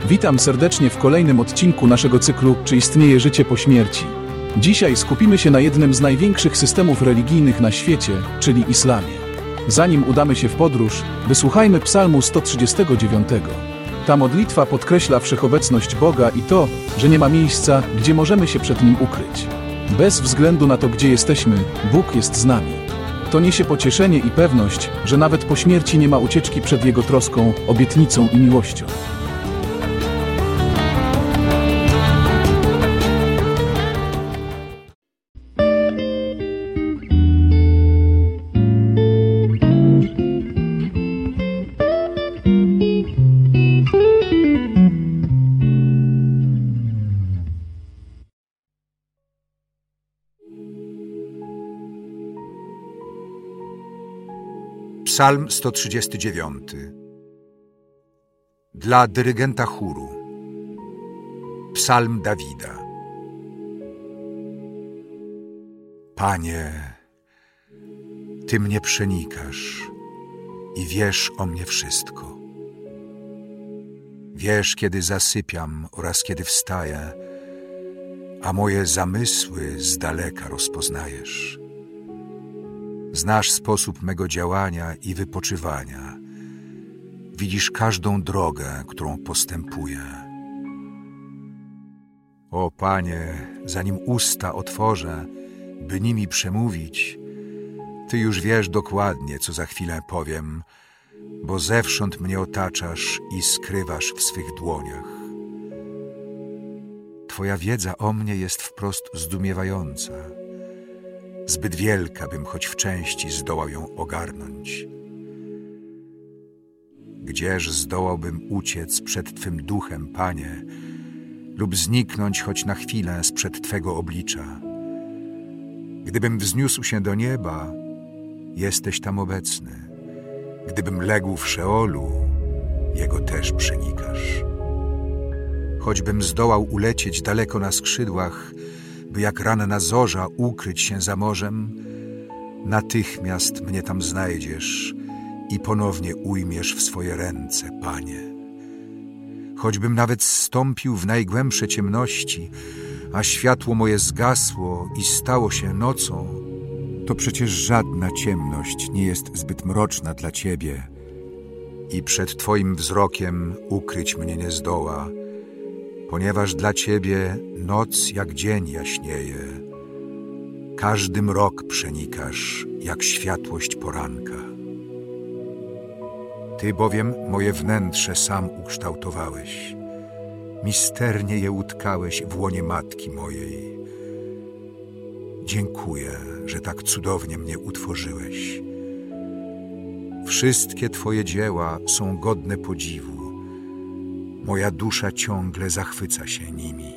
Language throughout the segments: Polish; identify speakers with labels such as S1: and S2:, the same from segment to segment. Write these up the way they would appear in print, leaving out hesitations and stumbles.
S1: Witam serdecznie w kolejnym odcinku naszego cyklu Czy istnieje życie po śmierci? Dzisiaj skupimy się na jednym z największych systemów religijnych na świecie, czyli islamie. Zanim udamy się w podróż, wysłuchajmy Psalmu 139. Ta modlitwa podkreśla wszechobecność Boga i to, że nie ma miejsca, gdzie możemy się przed Nim ukryć. Bez względu na to, gdzie jesteśmy, Bóg jest z nami. To niesie pocieszenie i pewność, że nawet po śmierci nie ma ucieczki przed Jego troską, obietnicą i miłością.
S2: Psalm 139. Dla dyrygenta chóru. Psalm Dawida. Panie, Ty mnie przenikasz i wiesz o mnie wszystko. Wiesz, kiedy zasypiam oraz kiedy wstaję, a moje zamysły z daleka rozpoznajesz. Znasz sposób mego działania i wypoczywania. Widzisz każdą drogę, którą postępuję. O Panie, zanim usta otworzę, by nimi przemówić, Ty już wiesz dokładnie, co za chwilę powiem, bo zewsząd mnie otaczasz i skrywasz w swych dłoniach. Twoja wiedza o mnie jest wprost zdumiewająca. Zbyt wielka, bym choć w części zdołał ją ogarnąć. Gdzież zdołałbym uciec przed Twym duchem, Panie, lub zniknąć choć na chwilę sprzed Twego oblicza? Gdybym wzniósł się do nieba, jesteś tam obecny. Gdybym legł w Szeolu, jego też przenikasz. Choćbym zdołał ulecieć daleko na skrzydłach, by jak ranna zorza ukryć się za morzem, natychmiast mnie tam znajdziesz i ponownie ujmiesz w swoje ręce, Panie. Choćbym nawet zstąpił w najgłębsze ciemności, a światło moje zgasło i stało się nocą, to przecież żadna ciemność nie jest zbyt mroczna dla Ciebie i przed Twoim wzrokiem ukryć mnie nie zdoła, ponieważ dla Ciebie noc jak dzień jaśnieje. Każdy mrok przenikasz, jak światłość poranka. Ty bowiem moje wnętrze sam ukształtowałeś. Misternie je utkałeś w łonie matki mojej. Dziękuję, że tak cudownie mnie utworzyłeś. Wszystkie Twoje dzieła są godne podziwu. Moja dusza ciągle zachwyca się nimi.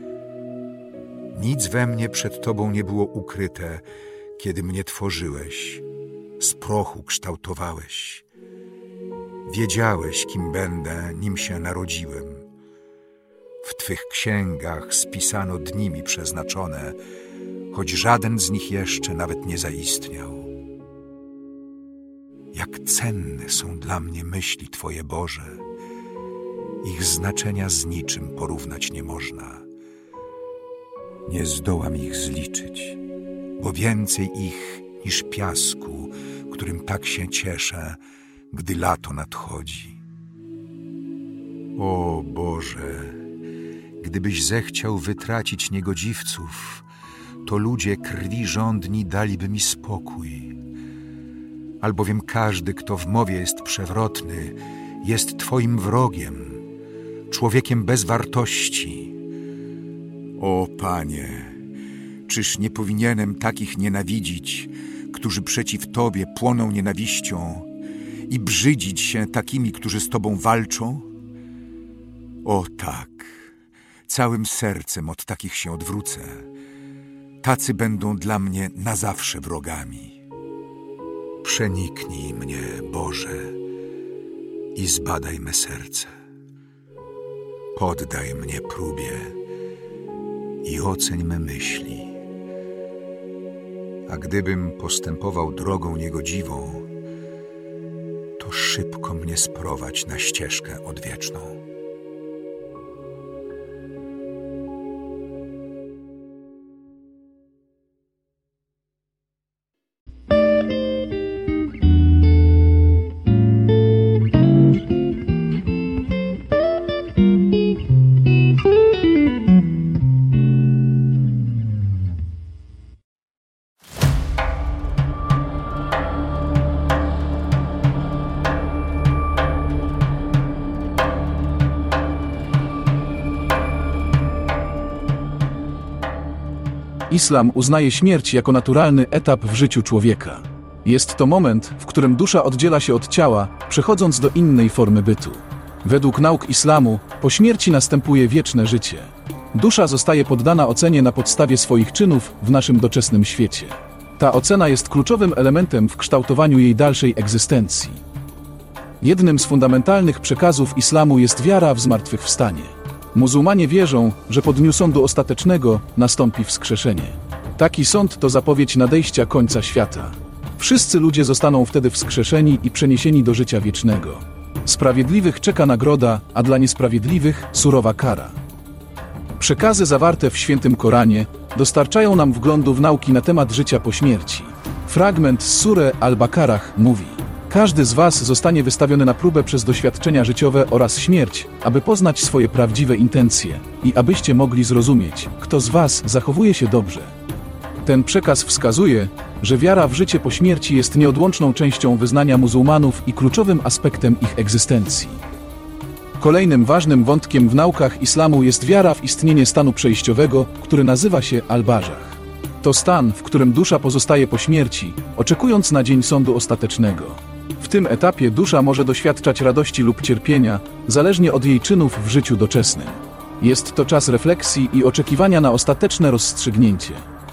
S2: Nic we mnie przed Tobą nie było ukryte, kiedy mnie tworzyłeś, z prochu kształtowałeś. Wiedziałeś, kim będę, nim się narodziłem. W Twych księgach spisano dni mi przeznaczone, choć żaden z nich jeszcze nawet nie zaistniał. Jak cenne są dla mnie myśli Twoje, Boże! Ich znaczenia z niczym porównać nie można. Nie zdołam ich zliczyć, bo więcej ich niż piasku, którym tak się cieszę, gdy lato nadchodzi. O Boże, gdybyś zechciał wytracić niegodziwców, to ludzie krwi żądni daliby mi spokój. Albowiem każdy, kto w mowie jest przewrotny, jest Twoim wrogiem, człowiekiem bez wartości. O Panie, czyż nie powinienem takich nienawidzić, którzy przeciw Tobie płoną nienawiścią, i brzydzić się takimi, którzy z Tobą walczą? O tak, całym sercem od takich się odwrócę. Tacy będą dla mnie na zawsze wrogami. Przeniknij mnie, Boże, i zbadaj me serce. Poddaj mnie próbie i oceń me myśli. A gdybym postępował drogą niegodziwą, to szybko mnie sprowadź na ścieżkę odwieczną.
S1: Islam uznaje śmierć jako naturalny etap w życiu człowieka. Jest to moment, w którym dusza oddziela się od ciała, przechodząc do innej formy bytu. Według nauk islamu, po śmierci następuje wieczne życie. Dusza zostaje poddana ocenie na podstawie swoich czynów w naszym doczesnym świecie. Ta ocena jest kluczowym elementem w kształtowaniu jej dalszej egzystencji. Jednym z fundamentalnych przekazów islamu jest wiara w zmartwychwstanie. Muzułmanie wierzą, że po dniu sądu ostatecznego nastąpi wskrzeszenie. Taki sąd to zapowiedź nadejścia końca świata. Wszyscy ludzie zostaną wtedy wskrzeszeni i przeniesieni do życia wiecznego. Sprawiedliwych czeka nagroda, a dla niesprawiedliwych surowa kara. Przekazy zawarte w Świętym Koranie dostarczają nam wglądu w nauki na temat życia po śmierci. Fragment z Surah Al-Bakarah mówi: każdy z was zostanie wystawiony na próbę przez doświadczenia życiowe oraz śmierć, aby poznać swoje prawdziwe intencje i abyście mogli zrozumieć, kto z was zachowuje się dobrze. Ten przekaz wskazuje, że wiara w życie po śmierci jest nieodłączną częścią wyznania muzułmanów i kluczowym aspektem ich egzystencji. Kolejnym ważnym wątkiem w naukach islamu jest wiara w istnienie stanu przejściowego, który nazywa się al-barzach. To stan, w którym dusza pozostaje po śmierci, oczekując na dzień sądu ostatecznego. W tym etapie dusza może doświadczać radości lub cierpienia, zależnie od jej czynów w życiu doczesnym. Jest to czas refleksji i oczekiwania na ostateczne rozstrzygnięcie.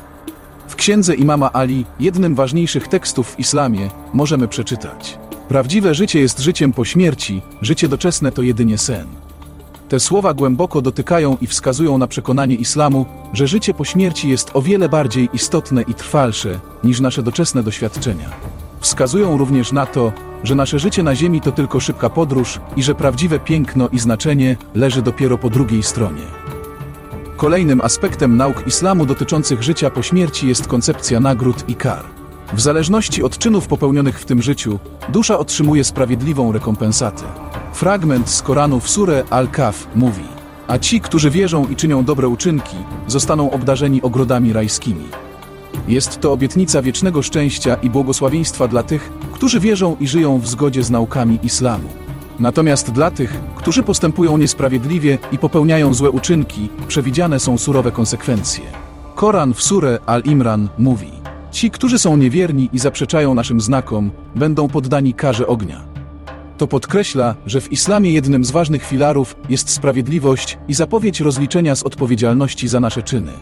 S1: W księdze imama Ali, jednym ważniejszych tekstów w islamie, możemy przeczytać: prawdziwe życie jest życiem po śmierci, życie doczesne to jedynie sen. Te słowa głęboko dotykają i wskazują na przekonanie islamu, że życie po śmierci jest o wiele bardziej istotne i trwalsze niż nasze doczesne doświadczenia. Wskazują również na to, że nasze życie na ziemi to tylko szybka podróż i że prawdziwe piękno i znaczenie leży dopiero po drugiej stronie. Kolejnym aspektem nauk islamu dotyczących życia po śmierci jest koncepcja nagród i kar. W zależności od czynów popełnionych w tym życiu, dusza otrzymuje sprawiedliwą rekompensatę. Fragment z Koranu w Surah Al-Kahf mówi: a ci, którzy wierzą i czynią dobre uczynki, zostaną obdarzeni ogrodami rajskimi. Jest to obietnica wiecznego szczęścia i błogosławieństwa dla tych, którzy wierzą i żyją w zgodzie z naukami islamu. Natomiast dla tych, którzy postępują niesprawiedliwie i popełniają złe uczynki, przewidziane są surowe konsekwencje. Koran w Surah Al-Imran mówi: ci, którzy są niewierni i zaprzeczają naszym znakom, będą poddani karze ognia. To podkreśla, że w islamie jednym z ważnych filarów jest sprawiedliwość i zapowiedź rozliczenia z odpowiedzialności za nasze czyny.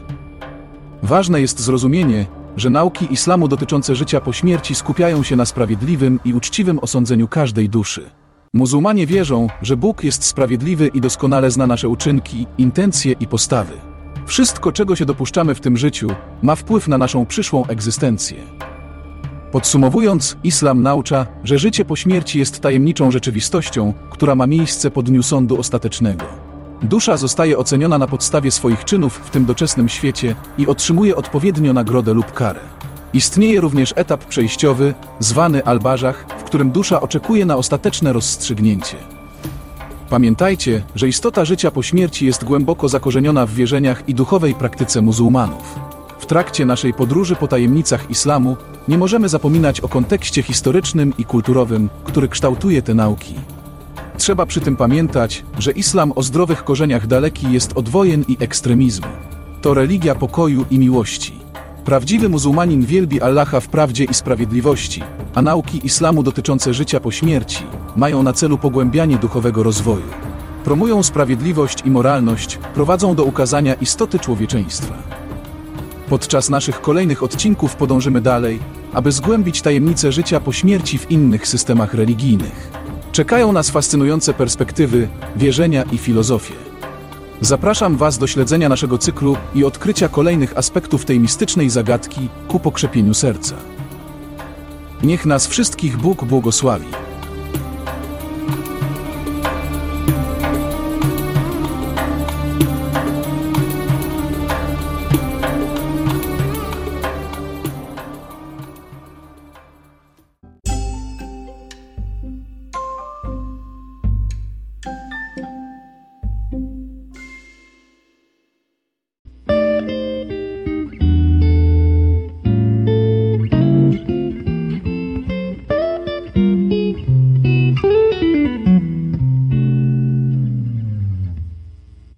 S1: Ważne jest zrozumienie, że nauki islamu dotyczące życia po śmierci skupiają się na sprawiedliwym i uczciwym osądzeniu każdej duszy. Muzułmanie wierzą, że Bóg jest sprawiedliwy i doskonale zna nasze uczynki, intencje i postawy. Wszystko, czego się dopuszczamy w tym życiu, ma wpływ na naszą przyszłą egzystencję. Podsumowując, islam naucza, że życie po śmierci jest tajemniczą rzeczywistością, która ma miejsce po dniu sądu ostatecznego. Dusza zostaje oceniona na podstawie swoich czynów w tym doczesnym świecie i otrzymuje odpowiednio nagrodę lub karę. Istnieje również etap przejściowy, zwany al-barzach, w którym dusza oczekuje na ostateczne rozstrzygnięcie. Pamiętajcie, że istota życia po śmierci jest głęboko zakorzeniona w wierzeniach i duchowej praktyce muzułmanów. W trakcie naszej podróży po tajemnicach islamu nie możemy zapominać o kontekście historycznym i kulturowym, który kształtuje te nauki. Trzeba przy tym pamiętać, że islam o zdrowych korzeniach daleki jest od wojen i ekstremizmu. To religia pokoju i miłości. Prawdziwy muzułmanin wielbi Allaha w prawdzie i sprawiedliwości, a nauki islamu dotyczące życia po śmierci mają na celu pogłębianie duchowego rozwoju. Promują sprawiedliwość i moralność, prowadzą do ukazania istoty człowieczeństwa. Podczas naszych kolejnych odcinków podążymy dalej, aby zgłębić tajemnice życia po śmierci w innych systemach religijnych. Czekają nas fascynujące perspektywy, wierzenia i filozofie. Zapraszam Was do śledzenia naszego cyklu i odkrycia kolejnych aspektów tej mistycznej zagadki ku pokrzepieniu serca. Niech nas wszystkich Bóg błogosławi.